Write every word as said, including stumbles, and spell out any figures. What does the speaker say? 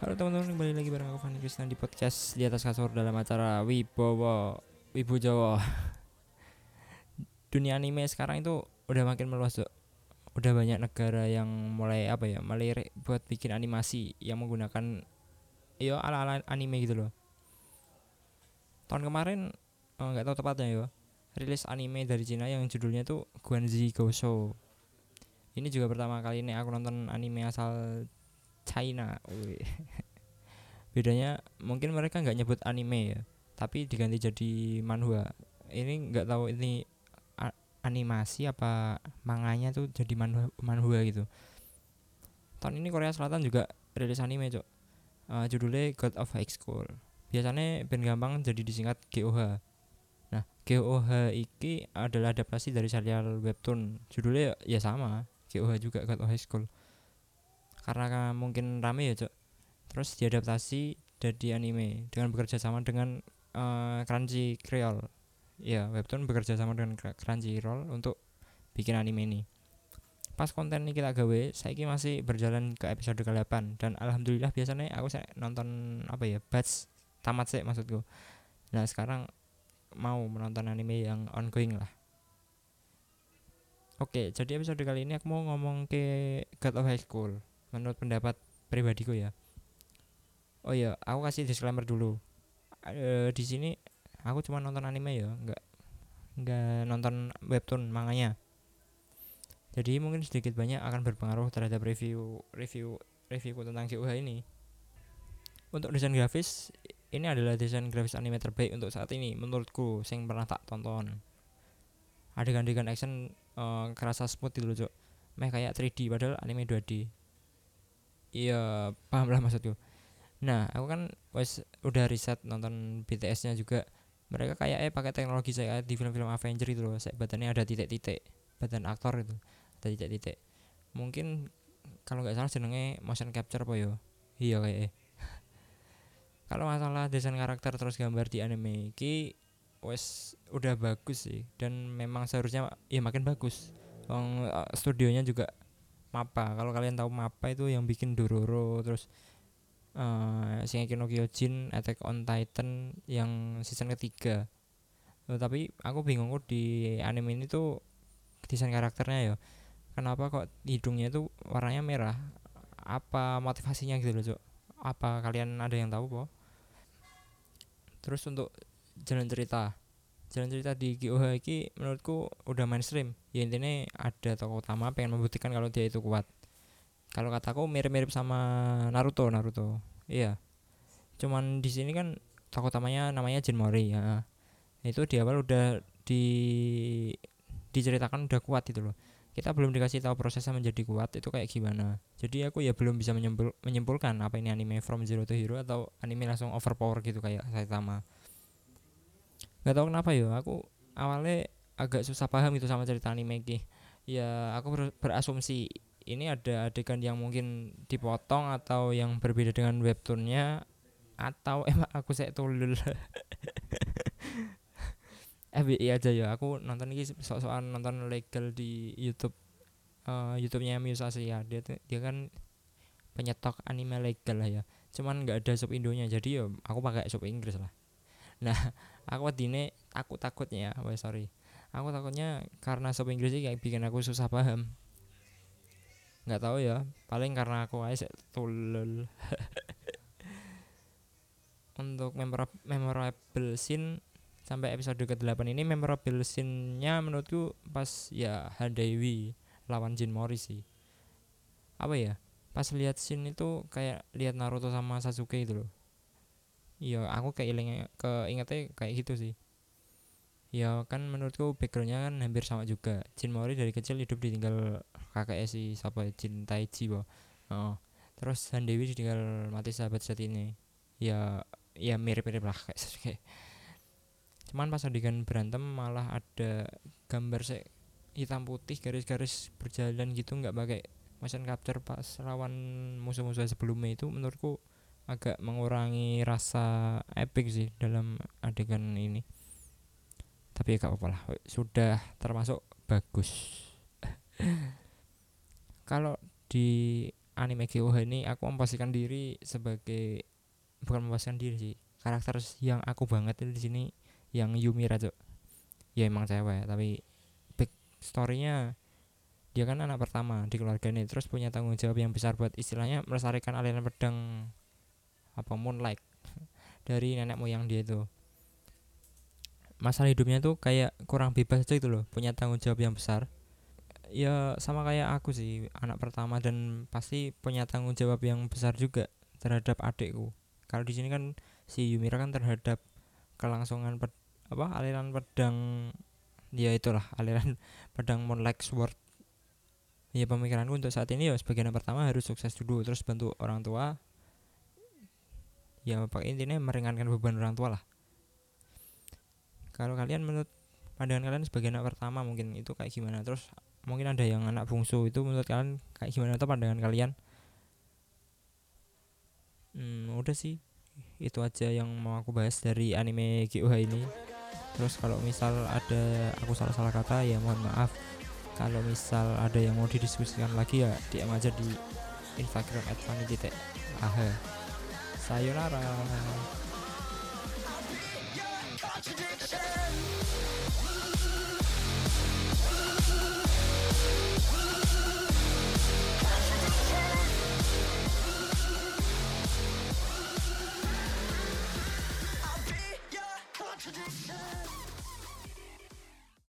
Halo teman-teman, kembali lagi bareng aku Fani Krisna di podcast di atas kasur dalam acara Wibowo Wibu Jawa. Dunia anime sekarang itu udah makin meluas, Dok. Udah banyak negara yang mulai apa ya, melirik buat bikin animasi yang menggunakan yo ala-ala anime gitu loh. Tahun kemarin eh, nggak tahu tepatnya ya, rilis anime dari Cina yang judulnya tuh Guanzi Goushou. Ini juga pertama kali nih aku nonton anime asal China. Wih. Bedanya mungkin mereka nggak nyebut anime ya, tapi diganti jadi manhwa. Ini nggak tahu ini a- animasi apa manganya tuh jadi manhwa, manhwa gitu. Tahun ini Korea Selatan juga rilis anime, Cok. Eh, judulnya God of High School. Biasanya ben gampang jadi disingkat G O H. Nah, G O H iki adalah adaptasi dari serial webtoon. Judulnya ya sama, G O H juga, God of High School. Karena mungkin rame ya, Cok. Terus diadaptasi jadi anime dengan bekerja sama dengan uh, Crunchyroll. Ya, webtoon bekerja sama dengan Crunchyroll untuk bikin anime ini. Pas konten ini kita gawe, saiki masih berjalan ke episode ke delapan dan alhamdulillah biasanya aku saya nonton apa ya, batch tamat sih maksudku. Nah, sekarang mau menonton anime yang ongoing lah. Oke, jadi episode kali ini aku mau ngomong ke God of High School menurut pendapat pribadiku ya. Oh iya, aku kasih disclaimer dulu. Eh, di sini aku cuma nonton anime ya, nggak nggak nonton webtoon manganya. Jadi mungkin sedikit banyak akan berpengaruh terhadap review review reviewku tentang G O H ini. Untuk desain grafis, ini adalah desain grafis anime terbaik untuk saat ini menurutku yang pernah tak tonton. Adegan-adegan action eh, kerasa smooth gitu loh, Cok. Meh kayak tiga D padahal anime dua D. Iya, paham lah maksudku. Nah, aku kan wes udah riset nonton B T S-nya juga. Mereka kayak eh pakai teknologi saya di film-film Avenger itu loh. Saya badannya ada titik-titik, badan aktor itu ada titik-titik. Mungkin kalau nggak salah jenenge motion capture apa yo? Iya kayak. Eh. Kalau masalah desain karakter terus gambar di anime iki wes udah bagus sih dan memang seharusnya ya makin bagus. Wong uh, studionya juga Mappa. Kalau kalian tahu Mappa itu yang bikin Dororo terus uh, Shingeki no Kyojin, Attack on Titan yang season ketiga. Uh, tapi aku bingung kok di anime ini tuh desain karakternya ya. Kenapa kok hidungnya itu warnanya merah? Apa motivasinya gitu loh, Cok? Apa kalian ada yang tahu po? Terus untuk jalan cerita, jalan cerita di G O H ini menurutku udah mainstream. Ya intinya ada tokoh utama pengen membuktikan kalau dia itu kuat. Kalau kataku mirip-mirip sama Naruto, Naruto. Iya. Cuman di sini kan tokoh utamanya namanya Jin Mori ya. Itu di awal udah di diceritakan udah kuat itu loh. Kita belum dikasih tahu prosesnya menjadi kuat itu kayak gimana. Jadi aku ya belum bisa menyimpul, menyimpulkan apa ini anime From Zero to Hero atau anime langsung overpower gitu kayak Saitama. Gak tahu kenapa ya, aku awalnya agak susah paham gitu sama cerita anime ini. Ya aku ber- berasumsi ini ada adegan yang mungkin dipotong atau yang berbeda dengan webtoonnya atau emang aku saya tulul. F B I aja ya, aku nonton ini soal nonton legal di YouTube, uh, YouTube-nya Muse Asia. Dia tuh- dia kan penyetok anime legal lah ya. Cuman nggak ada sub Indonya, jadi ya aku pakai sub Inggris lah. Nah, aku dine aku takutnya, wah sorry, aku takutnya karena sub Inggris ini kayak bikin aku susah paham. Nggak tahu ya, paling karena aku aja tulul. Untuk memorable, memorable scene sampai episode ke delapan ini memorable scene-nya menurutku pas ya Handewi lawan Jin Mori sih. Apa ya? Pas lihat scene itu kayak lihat Naruto sama Sasuke itu loh. Iya, aku kayak ilingnya ke ingetnya kayak gitu sih. Ya kan menurutku backgroundnya kan hampir sama juga. Jin Mori dari kecil hidup ditinggal kakaknya si siapa Jin Taiji boh. Oh. Terus Handewi ditinggal mati sahabat sejatinya. Ya ya mirip-mirip lah kayak Sasuke. Cuman pas adegan berantem malah ada gambar sek hitam putih garis-garis berjalan gitu nggak pakai motion capture pas lawan musuh-musuh sebelumnya itu menurutku agak mengurangi rasa epic sih dalam adegan ini. Tapi ya gak apa-apa lah, sudah termasuk bagus. Kalau di anime G O H ini aku memposisikan diri sebagai, bukan memposisikan diri sih, karakter yang aku banget itu di sini yang Yumira, Cok. Ya emang cewek tapi back story-nya dia kan anak pertama di keluarganya, terus punya tanggung jawab yang besar buat istilahnya melestarikan aliran pedang apa Moonlight dari nenek moyang dia itu. Masalah hidupnya tuh kayak kurang bebas aja gitu loh, punya tanggung jawab yang besar. Ya sama kayak aku sih, anak pertama dan pasti punya tanggung jawab yang besar juga terhadap adikku. Kalau di sini kan si Yumira kan terhadap kelangsungan ped, apa aliran pedang, ya itulah aliran pedang Moonlight Sword. Ya pemikiranku untuk saat ini ya sebagai anak pertama harus sukses dulu, terus bantu orang tua. Ya pakai intinya meringankan beban orang tua lah. Kalau kalian, menurut pandangan kalian sebagai anak pertama mungkin itu kayak gimana? Terus mungkin ada yang anak bungsu, itu menurut kalian kayak gimana tuh pandangan kalian? Hmm, udah sih, itu aja yang mau aku bahas dari anime G O H ini. Terus kalau misal ada aku salah-salah kata ya mohon maaf. Kalau misal ada yang mau didiskusikan lagi ya D M aja di Instagram at fani titik ah. Sayonara.